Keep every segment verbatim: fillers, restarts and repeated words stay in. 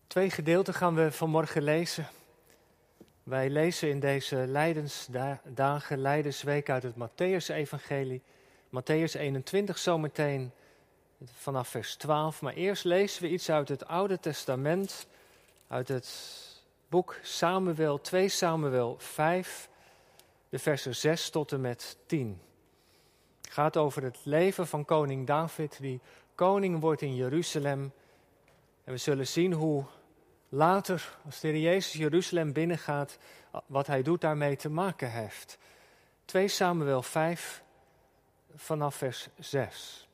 Twee gedeelten gaan we vanmorgen lezen. Wij lezen in deze lijdensdagen, Lijdensweek uit het Mattheüs-evangelie. Mattheüs eenentwintig zometeen vanaf vers twaalf. Maar eerst lezen we iets uit het Oude Testament, uit het boek Samuel, twee Samuel vijf, de versen zes tot en met tien. Het gaat over het leven van koning David, die koning wordt in Jeruzalem. En we zullen zien hoe later, als de Heer Jezus Jeruzalem binnengaat, wat hij doet daarmee te maken heeft. twee Samuel vijf, vanaf vers zes.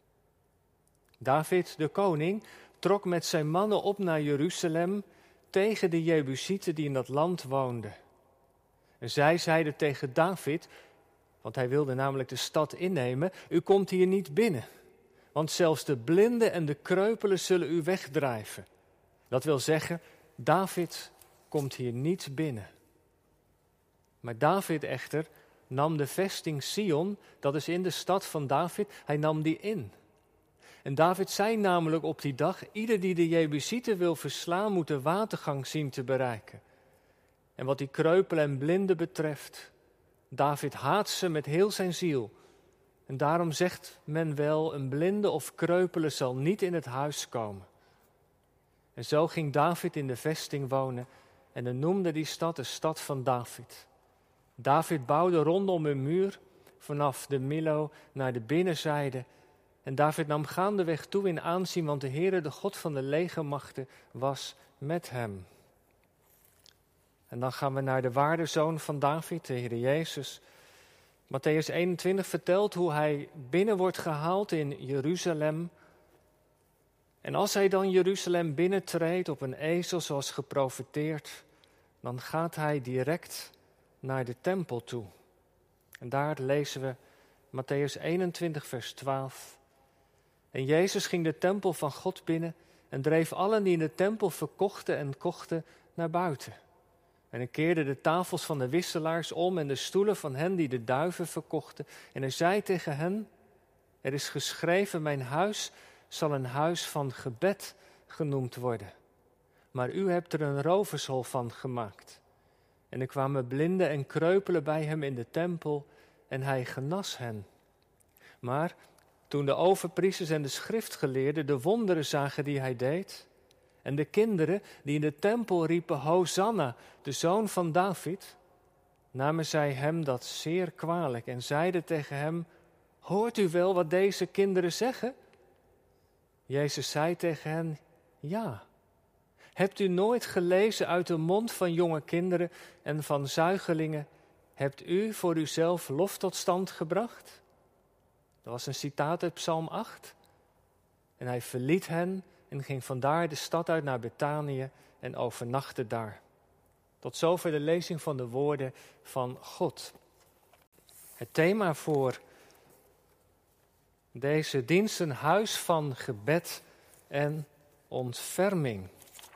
David, de koning, trok met zijn mannen op naar Jeruzalem tegen de Jebusieten die in dat land woonden. En zij zeiden tegen David, want hij wilde namelijk de stad innemen, u komt hier niet binnen, want zelfs de blinden en de kreupelen zullen u wegdrijven. Dat wil zeggen, David komt hier niet binnen. Maar David echter nam de vesting Sion, dat is in de stad van David, hij nam die in. En David zei namelijk op die dag, ieder die de Jebusieten wil verslaan, moet de watergang zien te bereiken. En wat die kreupelen en blinden betreft, David haat ze met heel zijn ziel. En daarom zegt men wel, een blinde of kreupele zal niet in het huis komen. En zo ging David in de vesting wonen en men noemde die stad de stad van David. David bouwde rondom een muur vanaf de Millo naar de binnenzijde. En David nam gaandeweg toe in aanzien, want de Heere, de God van de legermachten, was met hem. En dan gaan we naar de waardezoon van David, de Heer Jezus. Mattheüs eenentwintig vertelt hoe hij binnen wordt gehaald in Jeruzalem. En als hij dan Jeruzalem binnentreedt op een ezel zoals geprofeteerd, dan gaat hij direct naar de tempel toe. En daar lezen we Mattheüs eenentwintig vers twaalf. En Jezus ging de tempel van God binnen en dreef allen die in de tempel verkochten en kochten naar buiten. En hij keerde de tafels van de wisselaars om en de stoelen van hen die de duiven verkochten. En hij zei tegen hen, er is geschreven, mijn huis zal een huis van gebed genoemd worden. Maar u hebt er een rovershol van gemaakt. En er kwamen blinden en kreupelen bij hem in de tempel en hij genas hen. Maar toen de overpriesters en de schriftgeleerden de wonderen zagen die hij deed, en de kinderen die in de tempel riepen, Hosanna, de zoon van David, namen zij hem dat zeer kwalijk en zeiden tegen hem, hoort u wel wat deze kinderen zeggen? Jezus zei tegen hen, ja. Hebt u nooit gelezen uit de mond van jonge kinderen en van zuigelingen, hebt u voor uzelf lof tot stand gebracht? Dat was een citaat uit Psalm acht. En hij verliet hen en ging vandaar de stad uit naar Betanië en overnachtte daar. Tot zover de lezing van de woorden van God. Het thema voor deze dienst, een huis van gebed en ontferming.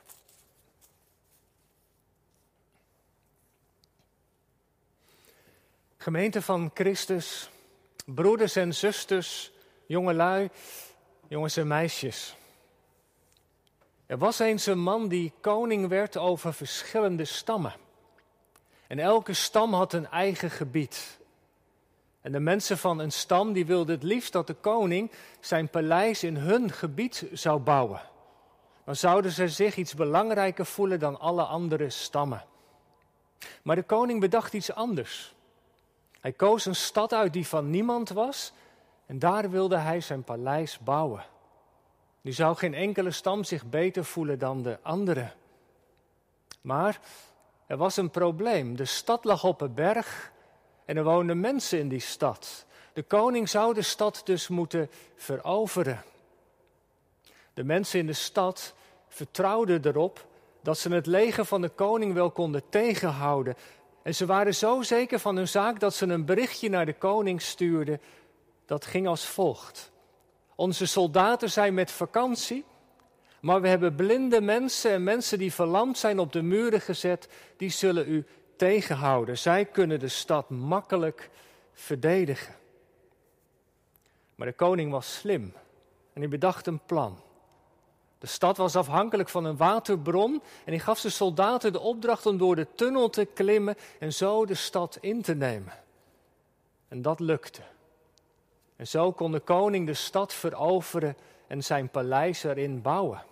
Gemeente van Christus, broeders en zusters, jongelui, jongens en meisjes. Er was eens een man die koning werd over verschillende stammen. En elke stam had een eigen gebied. En de mensen van een stam die wilden het liefst dat de koning zijn paleis in hun gebied zou bouwen. Dan zouden ze zich iets belangrijker voelen dan alle andere stammen. Maar de koning bedacht iets anders. Hij koos een stad uit die van niemand was en daar wilde hij zijn paleis bouwen. Nu zou geen enkele stam zich beter voelen dan de andere. Maar er was een probleem. De stad lag op een berg en er woonden mensen in die stad. De koning zou de stad dus moeten veroveren. De mensen in de stad vertrouwden erop dat ze het leger van de koning wel konden tegenhouden. En ze waren zo zeker van hun zaak dat ze een berichtje naar de koning stuurden. Dat ging als volgt. Onze soldaten zijn met vakantie, maar we hebben blinde mensen en mensen die verlamd zijn op de muren gezet, die zullen u tegenhouden. Zij kunnen de stad makkelijk verdedigen. Maar de koning was slim en hij bedacht een plan. De stad was afhankelijk van een waterbron en hij gaf zijn soldaten de opdracht om door de tunnel te klimmen en zo de stad in te nemen. En dat lukte. En zo kon de koning de stad veroveren en zijn paleis erin bouwen.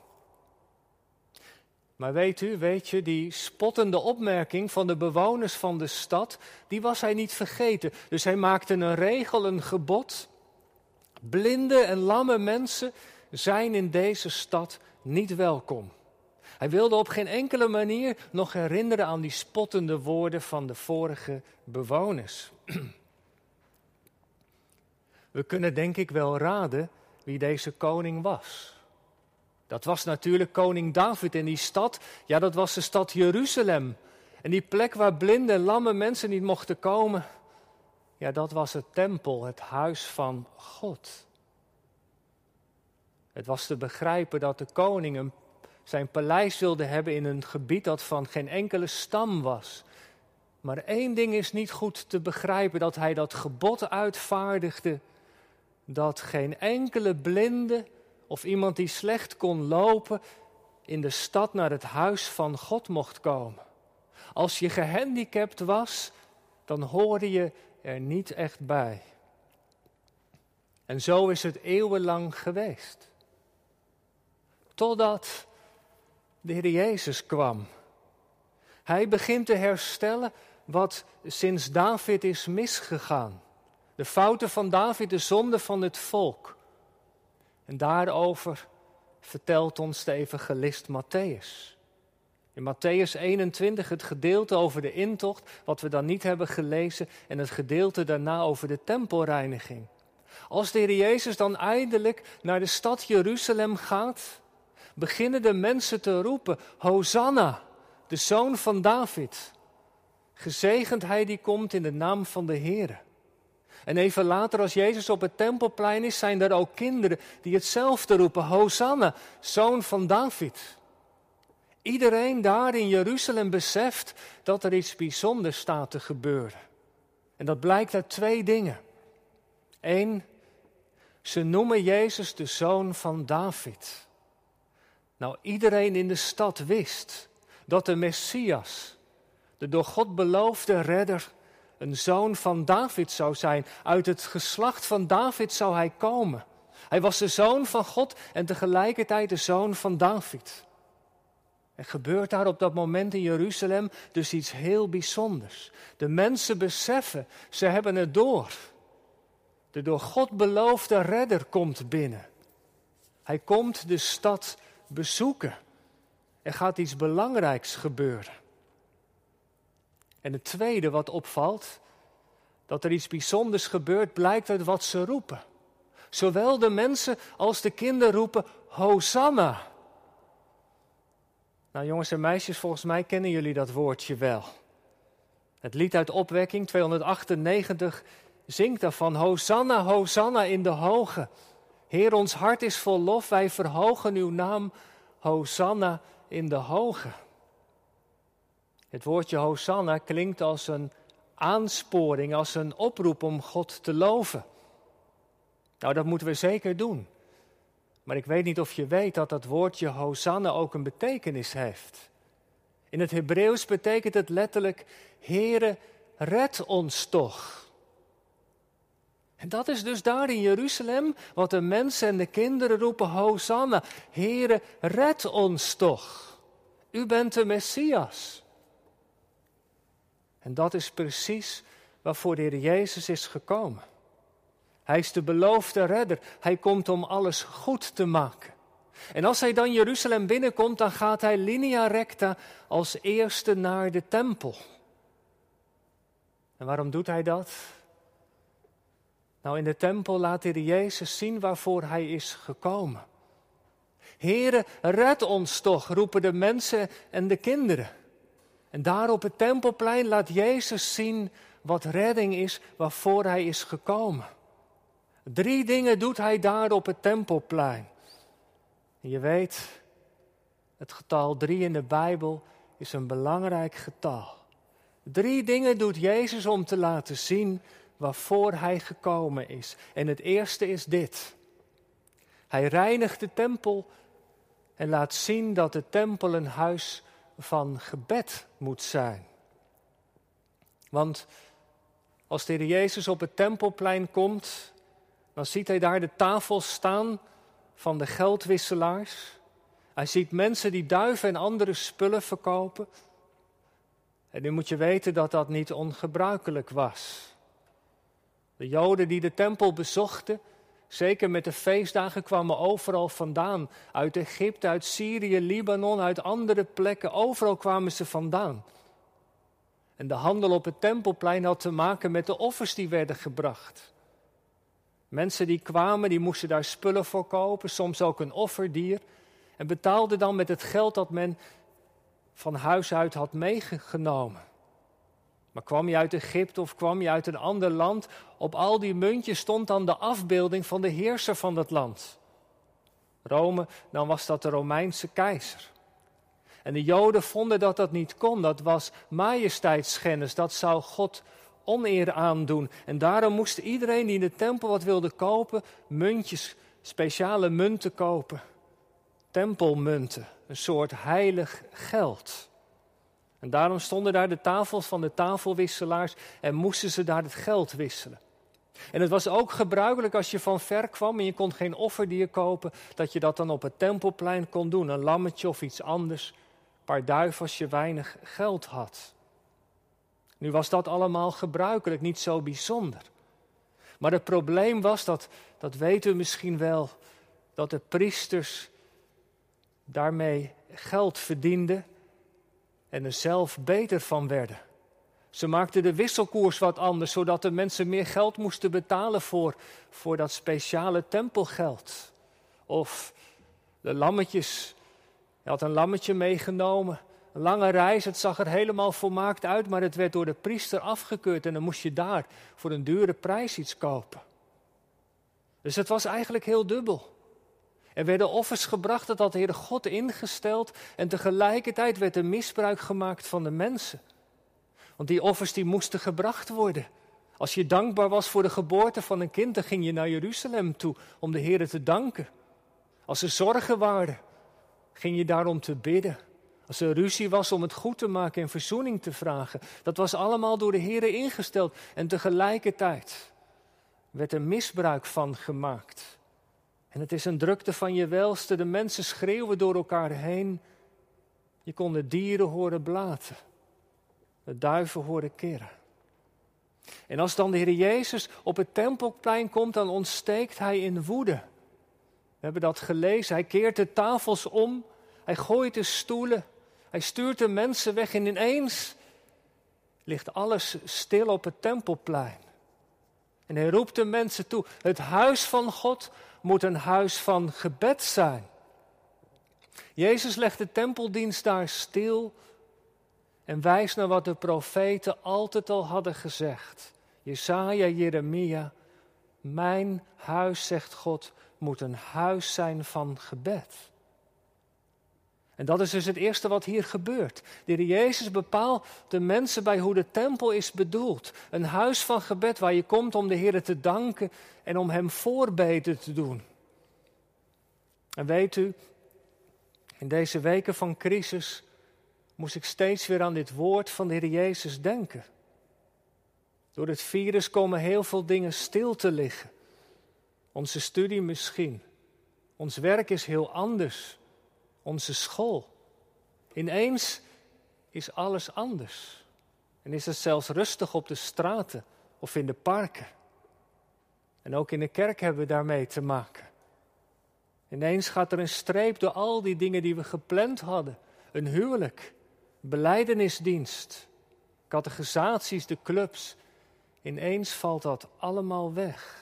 Maar weet u, weet je, die spottende opmerking van de bewoners van de stad, die was hij niet vergeten. Dus hij maakte een regel, een gebod. Blinde en lamme mensen zijn in deze stad niet welkom. Hij wilde op geen enkele manier nog herinneren aan die spottende woorden van de vorige bewoners. We kunnen denk ik wel raden wie deze koning was. Dat was natuurlijk koning David en die stad, ja dat was de stad Jeruzalem. En die plek waar blinde en lamme mensen niet mochten komen, ja dat was het tempel, het huis van God. Het was te begrijpen dat de koning een, zijn paleis wilde hebben in een gebied dat van geen enkele stam was. Maar één ding is niet goed te begrijpen, dat hij dat gebod uitvaardigde, dat geen enkele blinde of iemand die slecht kon lopen in de stad naar het huis van God mocht komen. Als je gehandicapt was, dan hoorde je er niet echt bij. En zo is het eeuwenlang geweest. Totdat de Heer Jezus kwam. Hij begint te herstellen wat sinds David is misgegaan. De fouten van David, de zonde van het volk. En daarover vertelt ons de evangelist Mattheüs. In Mattheüs eenentwintig het gedeelte over de intocht, wat we dan niet hebben gelezen, en het gedeelte daarna over de tempelreiniging. Als de Heer Jezus dan eindelijk naar de stad Jeruzalem gaat, beginnen de mensen te roepen, Hosanna, de zoon van David. Gezegend hij die komt in de naam van de Heere. En even later, als Jezus op het tempelplein is, zijn er ook kinderen die hetzelfde roepen, Hosanna, zoon van David. Iedereen daar in Jeruzalem beseft dat er iets bijzonders staat te gebeuren. En dat blijkt uit twee dingen. Eén, ze noemen Jezus de zoon van David. Nou, iedereen in de stad wist dat de Messias, de door God beloofde redder, een zoon van David zou zijn. Uit het geslacht van David zou hij komen. Hij was de zoon van God en tegelijkertijd de zoon van David. Er gebeurt daar op dat moment in Jeruzalem dus iets heel bijzonders. De mensen beseffen, ze hebben het door. De door God beloofde redder komt binnen. Hij komt de stad bezoeken. Er gaat iets belangrijks gebeuren. En het tweede wat opvalt, dat er iets bijzonders gebeurt, blijkt uit wat ze roepen. Zowel de mensen als de kinderen roepen, Hosanna. Nou jongens en meisjes, volgens mij kennen jullie dat woordje wel. Het lied uit Opwekking tweehonderdachtennegentig zingt daarvan, Hosanna, Hosanna in de hoge. Heer, ons hart is vol lof, wij verhogen uw naam, Hosanna in de hoge. Het woordje Hosanna klinkt als een aansporing, als een oproep om God te loven. Nou, dat moeten we zeker doen. Maar ik weet niet of je weet dat dat woordje Hosanna ook een betekenis heeft. In het Hebreeuws betekent het letterlijk, Heere, red ons toch. En dat is dus daar in Jeruzalem wat de mensen en de kinderen roepen, Hosanna, Heere, red ons toch. U bent de Messias. En dat is precies waarvoor de Heer Jezus is gekomen. Hij is de beloofde redder. Hij komt om alles goed te maken. En als hij dan Jeruzalem binnenkomt, dan gaat hij linea recta als eerste naar de tempel. En waarom doet hij dat? Nou, in de tempel laat de Heer Jezus zien waarvoor hij is gekomen. Heere, red ons toch, roepen de mensen en de kinderen. En daar op het tempelplein laat Jezus zien wat redding is, waarvoor hij is gekomen. Drie dingen doet hij daar op het tempelplein. En je weet, het getal drie in de Bijbel is een belangrijk getal. Drie dingen doet Jezus om te laten zien waarvoor hij gekomen is. En het eerste is dit. Hij reinigt de tempel en laat zien dat de tempel een huis van gebed moet zijn. Want als de Heer Jezus op het Tempelplein komt, dan ziet hij daar de tafels staan van de geldwisselaars. Hij ziet mensen die duiven en andere spullen verkopen. En nu moet je weten dat dat niet ongebruikelijk was. De Joden die de tempel bezochten, zeker met de feestdagen, kwamen overal vandaan. Uit Egypte, uit Syrië, Libanon, uit andere plekken. Overal kwamen ze vandaan. En de handel op het Tempelplein had te maken met de offers die werden gebracht. Mensen die kwamen, die moesten daar spullen voor kopen, soms ook een offerdier. En betaalden dan met het geld dat men van huis uit had meegenomen. Maar kwam je uit Egypte of kwam je uit een ander land, op al die muntjes stond dan de afbeelding van de heerser van dat land. Rome, dan was dat de Romeinse keizer. En de Joden vonden dat dat niet kon, dat was majesteitsschennis, dat zou God oneer aandoen. En daarom moest iedereen die in de tempel wat wilde kopen, muntjes, speciale munten kopen. Tempelmunten, een soort heilig geld. En daarom stonden daar de tafels van de tafelwisselaars en moesten ze daar het geld wisselen. En het was ook gebruikelijk als je van ver kwam en je kon geen offerdier kopen, dat je dat dan op het Tempelplein kon doen, een lammetje of iets anders, een paar duiven als je weinig geld had. Nu was dat allemaal gebruikelijk, niet zo bijzonder. Maar het probleem was, dat, dat weten we misschien wel, dat de priesters daarmee geld verdienden en er zelf beter van werden. Ze maakten de wisselkoers wat anders, zodat de mensen meer geld moesten betalen voor, voor dat speciale tempelgeld. Of de lammetjes. Je had een lammetje meegenomen, een lange reis, het zag er helemaal volmaakt uit, maar het werd door de priester afgekeurd en dan moest je daar voor een dure prijs iets kopen. Dus het was eigenlijk heel dubbel. Er werden offers gebracht, dat had de Heere God ingesteld en tegelijkertijd werd er misbruik gemaakt van de mensen. Want die offers die moesten gebracht worden. Als je dankbaar was voor de geboorte van een kind, dan ging je naar Jeruzalem toe om de Heere te danken. Als er zorgen waren, ging je daarom te bidden. Als er ruzie was om het goed te maken en verzoening te vragen. Dat was allemaal door de Heere ingesteld. En tegelijkertijd werd er misbruik van gemaakt. En het is een drukte van je welste. De mensen schreeuwen door elkaar heen. Je kon de dieren horen blaten. De duiven horen kirren. En als dan de Heer Jezus op het Tempelplein komt, dan ontsteekt hij in woede. We hebben dat gelezen. Hij keert de tafels om. Hij gooit de stoelen. Hij stuurt de mensen weg. En ineens ligt alles stil op het Tempelplein. En hij roept de mensen toe. Het huis van God moet een huis van gebed zijn. Jezus legt de tempeldienst daar stil en wijst naar wat de profeten altijd al hadden gezegd. Jesaja, Jeremia, mijn huis, zegt God, moet een huis zijn van gebed. En dat is dus het eerste wat hier gebeurt. De Heer Jezus bepaalt de mensen bij hoe de tempel is bedoeld. Een huis van gebed waar je komt om de Heer te danken en om Hem voorbeden te doen. En weet u, in deze weken van crisis moest ik steeds weer aan dit woord van de Heer Jezus denken. Door het virus komen heel veel dingen stil te liggen. Onze studie misschien. Ons werk is heel anders. Onze school. Ineens is alles anders. En is het zelfs rustig op de straten of in de parken. En ook in de kerk hebben we daarmee te maken. Ineens gaat er een streep door al die dingen die we gepland hadden. Een huwelijk, belijdenisdienst, catechisaties, de clubs. Ineens valt dat allemaal weg.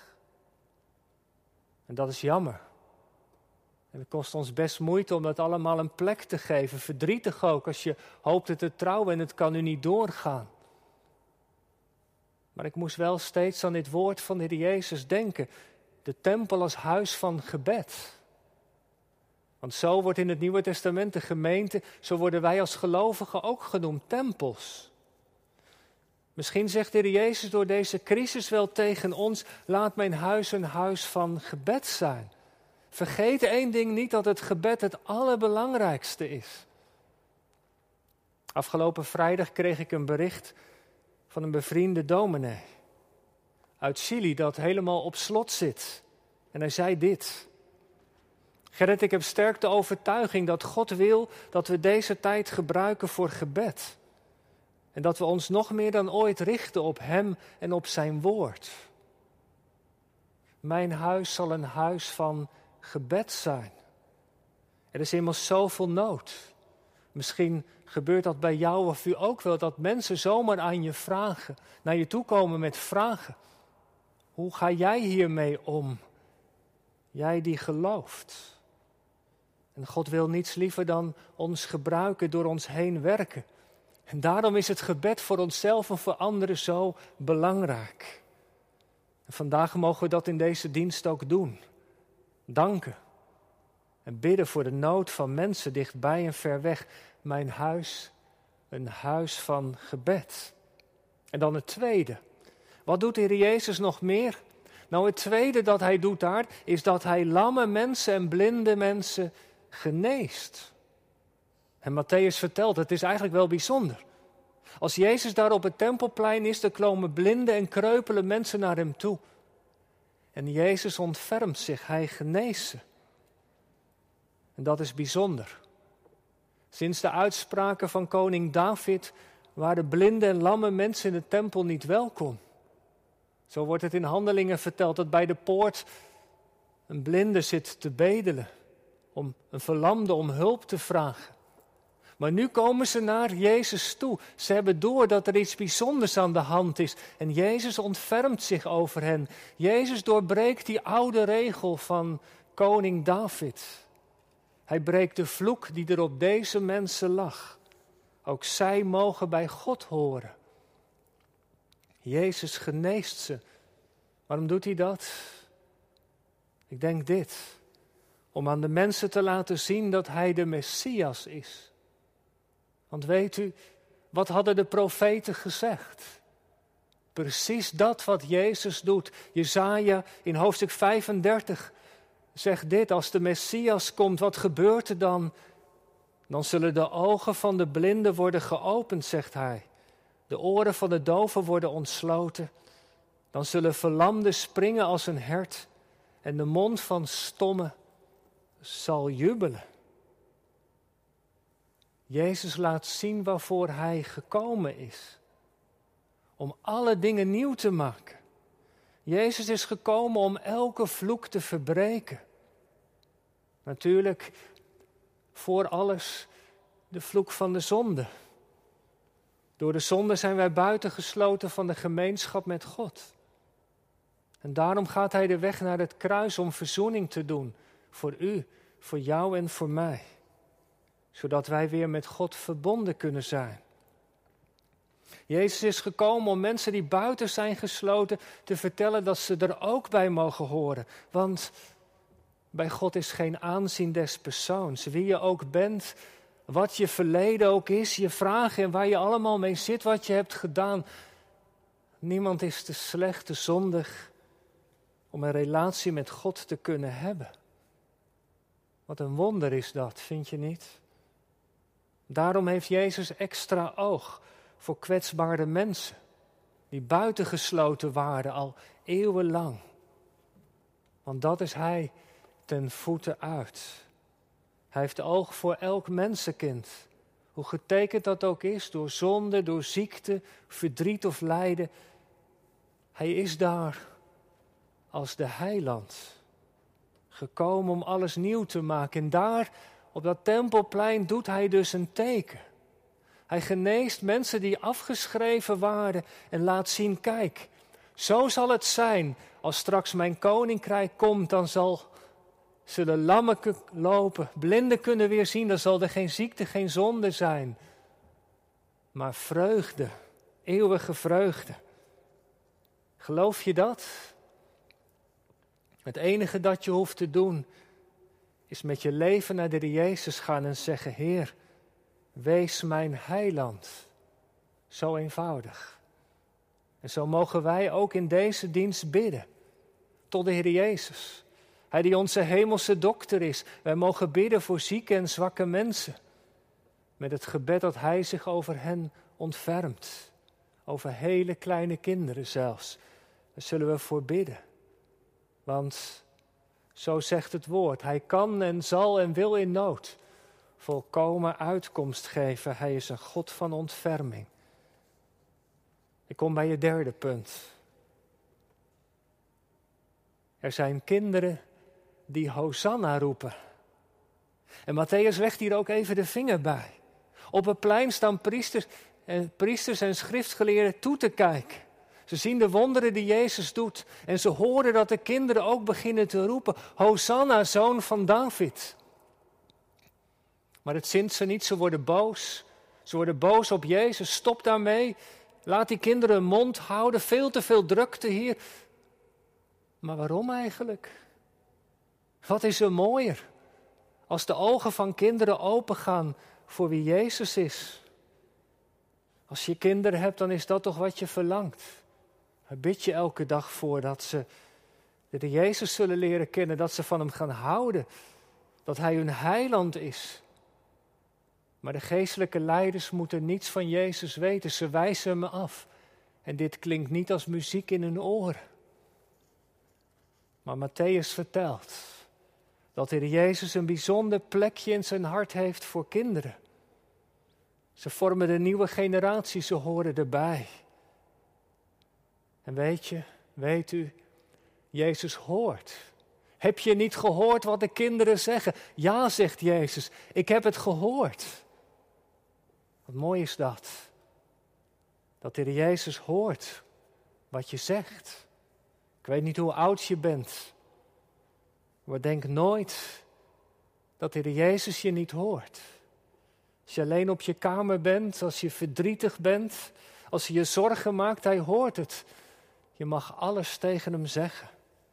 En dat is jammer. En het kost ons best moeite om dat allemaal een plek te geven. Verdrietig ook als je hoopte te trouwen en het kan nu niet doorgaan. Maar ik moest wel steeds aan dit woord van de Heer Jezus denken. De tempel als huis van gebed. Want zo wordt in het Nieuwe Testament de gemeente, zo worden wij als gelovigen ook genoemd tempels. Misschien zegt de Heer Jezus door deze crisis wel tegen ons, laat mijn huis een huis van gebed zijn. Vergeet één ding niet, dat het gebed het allerbelangrijkste is. Afgelopen vrijdag kreeg ik een bericht van een bevriende dominee uit Chili dat helemaal op slot zit. En hij zei dit: Gerrit, ik heb sterk de overtuiging dat God wil dat we deze tijd gebruiken voor gebed. En dat we ons nog meer dan ooit richten op Hem en op Zijn woord. Mijn huis zal een huis van gebed zijn. Er is immers zoveel nood. Misschien gebeurt dat bij jou of u ook wel, dat mensen zomaar aan je vragen, naar je toe komen met vragen. Hoe ga jij hiermee om? Jij die gelooft. En God wil niets liever dan ons gebruiken, door ons heen werken. En daarom is het gebed voor onszelf en voor anderen zo belangrijk. En vandaag mogen we dat in deze dienst ook doen. Danken. En bidden voor de nood van mensen dichtbij en ver weg. Mijn huis, een huis van gebed. En dan het tweede. Wat doet de Heer Jezus nog meer? Nou, het tweede dat hij doet daar, is dat hij lamme mensen en blinde mensen geneest. En Matthäus vertelt, het is eigenlijk wel bijzonder. Als Jezus daar op het Tempelplein is, dan komen blinde en kreupele mensen naar hem toe. En Jezus ontfermt zich, hij geneest ze. En dat is bijzonder. Sinds de uitspraken van koning David waren blinde en lamme mensen in de tempel niet welkom. Zo wordt het in Handelingen verteld dat bij de poort een blinde zit te bedelen, om een verlamde om hulp te vragen. Maar nu komen ze naar Jezus toe. Ze hebben door dat er iets bijzonders aan de hand is. En Jezus ontfermt zich over hen. Jezus doorbreekt die oude regel van koning David. Hij breekt de vloek die er op deze mensen lag. Ook zij mogen bij God horen. Jezus geneest ze. Waarom doet hij dat? Ik denk dit. Om aan de mensen te laten zien dat hij de Messias is. Want weet u, wat hadden de profeten gezegd? Precies dat wat Jezus doet. Jesaja in hoofdstuk vijfendertig zegt dit: als de Messias komt, wat gebeurt er dan? Dan zullen de ogen van de blinden worden geopend, zegt hij. De oren van de doven worden ontsloten. Dan zullen verlamden springen als een hert. En de mond van stommen zal jubelen. Jezus laat zien waarvoor hij gekomen is. Om alle dingen nieuw te maken. Jezus is gekomen om elke vloek te verbreken. Natuurlijk, voor alles de vloek van de zonde. Door de zonde zijn wij buitengesloten van de gemeenschap met God. En daarom gaat hij de weg naar het kruis om verzoening te doen. Voor u, voor jou en voor mij. Zodat wij weer met God verbonden kunnen zijn. Jezus is gekomen om mensen die buiten zijn gesloten te vertellen dat ze er ook bij mogen horen. Want bij God is geen aanzien des persoons. Wie je ook bent, wat je verleden ook is, je vragen en waar je allemaal mee zit, wat je hebt gedaan. Niemand is te slecht, te zondig om een relatie met God te kunnen hebben. Wat een wonder is dat, vind je niet? Daarom heeft Jezus extra oog voor kwetsbare mensen die buitengesloten waren al eeuwenlang. Want dat is hij ten voeten uit. Hij heeft oog voor elk mensenkind. Hoe getekend dat ook is, door zonde, door ziekte, verdriet of lijden. Hij is daar als de heiland. Gekomen om alles nieuw te maken. En daar, op dat tempelplein, doet hij dus een teken. Hij geneest mensen die afgeschreven waren en laat zien, kijk, zo zal het zijn. Als straks mijn koninkrijk komt, dan zal, zullen lammen lopen, blinden kunnen weer zien. Dan zal er geen ziekte, geen zonde zijn. Maar vreugde, eeuwige vreugde. Geloof je dat? Het enige dat je hoeft te doen, is met je leven naar de Heer Jezus gaan en zeggen, Heer, wees mijn heiland. Zo eenvoudig. En zo mogen wij ook in deze dienst bidden tot de Heer Jezus. Hij die onze hemelse dokter is. Wij mogen bidden voor zieke en zwakke mensen. Met het gebed dat hij zich over hen ontfermt. Over hele kleine kinderen zelfs. Daar zullen we voor bidden. Want zo zegt het woord. Hij kan en zal en wil in nood volkomen uitkomst geven. Hij is een God van ontferming. Ik kom bij je derde punt. Er zijn kinderen die Hosanna roepen. En Matthäus legt hier ook even de vinger bij. Op het plein staan priesters en, priesters en schriftgeleerden toe te kijken. Ze zien de wonderen die Jezus doet. En ze horen dat de kinderen ook beginnen te roepen. Hosanna, zoon van David. Maar het zint ze niet, ze worden boos. Ze worden boos op Jezus. Stop daarmee. Laat die kinderen hun mond houden. Veel te veel drukte hier. Maar waarom eigenlijk? Wat is er mooier als de ogen van kinderen opengaan voor wie Jezus is? Als je kinderen hebt, dan is dat toch wat je verlangt. Daar bid je elke dag voor dat ze de Jezus zullen leren kennen, dat ze van hem gaan houden, dat hij hun heiland is. Maar de geestelijke leiders moeten niets van Jezus weten, ze wijzen hem af. En dit klinkt niet als muziek in hun oren. Maar Matthäus vertelt dat de Heer Jezus een bijzonder plekje in zijn hart heeft voor kinderen. Ze vormen de nieuwe generatie, ze horen erbij. En weet je, weet u, Jezus hoort. Heb je niet gehoord wat de kinderen zeggen? Ja, zegt Jezus, ik heb het gehoord. Wat mooi is dat. Dat de Heer Jezus hoort wat je zegt. Ik weet niet hoe oud je bent. Maar denk nooit dat de Heer Jezus je niet hoort. Als je alleen op je kamer bent, als je verdrietig bent, als je je zorgen maakt, hij hoort het. Je mag alles tegen hem zeggen.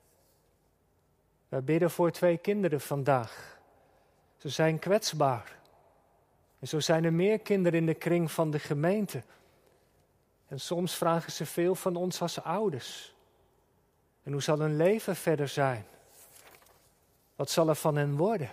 Wij bidden voor twee kinderen vandaag. Ze zijn kwetsbaar. En zo zijn er meer kinderen in de kring van de gemeente. En soms vragen ze veel van ons als ouders. En hoe zal hun leven verder zijn? Wat zal er van hen worden?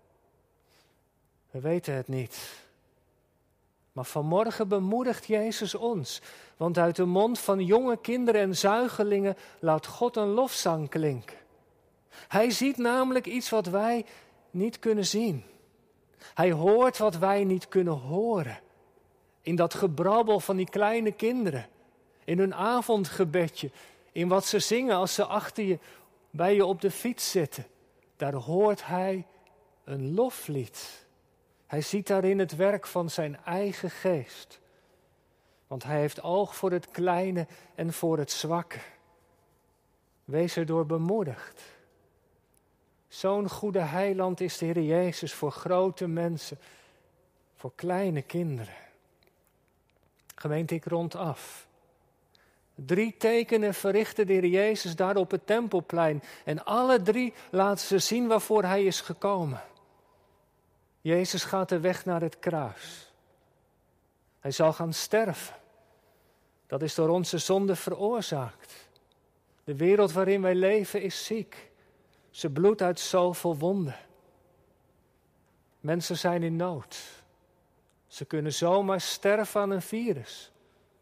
We weten het niet. Maar vanmorgen bemoedigt Jezus ons. Want uit de mond van jonge kinderen en zuigelingen laat God een lofzang klinken. Hij ziet namelijk iets wat wij niet kunnen zien. Hij hoort wat wij niet kunnen horen. In dat gebrabbel van die kleine kinderen. In hun avondgebedje. In wat ze zingen als ze achter je, bij je op de fiets zitten. Daar hoort hij een loflied. Hij ziet daarin het werk van zijn eigen geest. Want hij heeft oog voor het kleine en voor het zwakke. Wees erdoor bemoedigd. Zo'n goede heiland is de Heer Jezus voor grote mensen, voor kleine kinderen. Gemeente, ik rond af. Drie tekenen verrichtte de Heer Jezus daar op het Tempelplein. En alle drie laten ze zien waarvoor hij is gekomen. Jezus gaat de weg naar het kruis. Hij zal gaan sterven. Dat is door onze zonde veroorzaakt. De wereld waarin wij leven is ziek. Ze bloedt uit zoveel wonden. Mensen zijn in nood. Ze kunnen zomaar sterven aan een virus.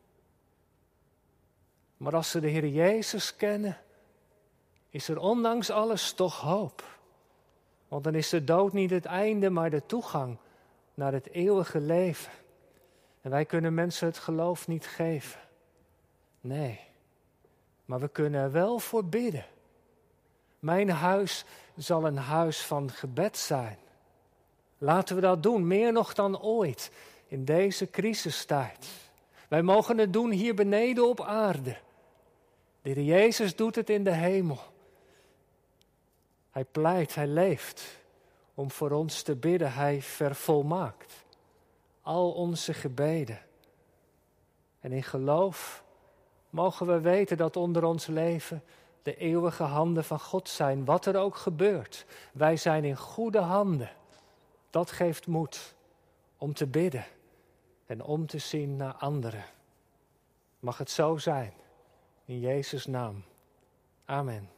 Maar als ze de Heer Jezus kennen, is er ondanks alles toch hoop. Want dan is de dood niet het einde, maar de toegang naar het eeuwige leven. En wij kunnen mensen het geloof niet geven. Nee, maar we kunnen er wel voor bidden. Mijn huis zal een huis van gebed zijn. Laten we dat doen, meer nog dan ooit, in deze crisistijd. Wij mogen het doen hier beneden op aarde. De Heer Jezus doet het in de hemel. Hij pleit, hij leeft om voor ons te bidden. Hij vervolmaakt al onze gebeden. En in geloof mogen we weten dat onder ons leven de eeuwige handen van God zijn. Wat er ook gebeurt, wij zijn in goede handen. Dat geeft moed om te bidden en om te zien naar anderen. Mag het zo zijn. In Jezus' naam. Amen.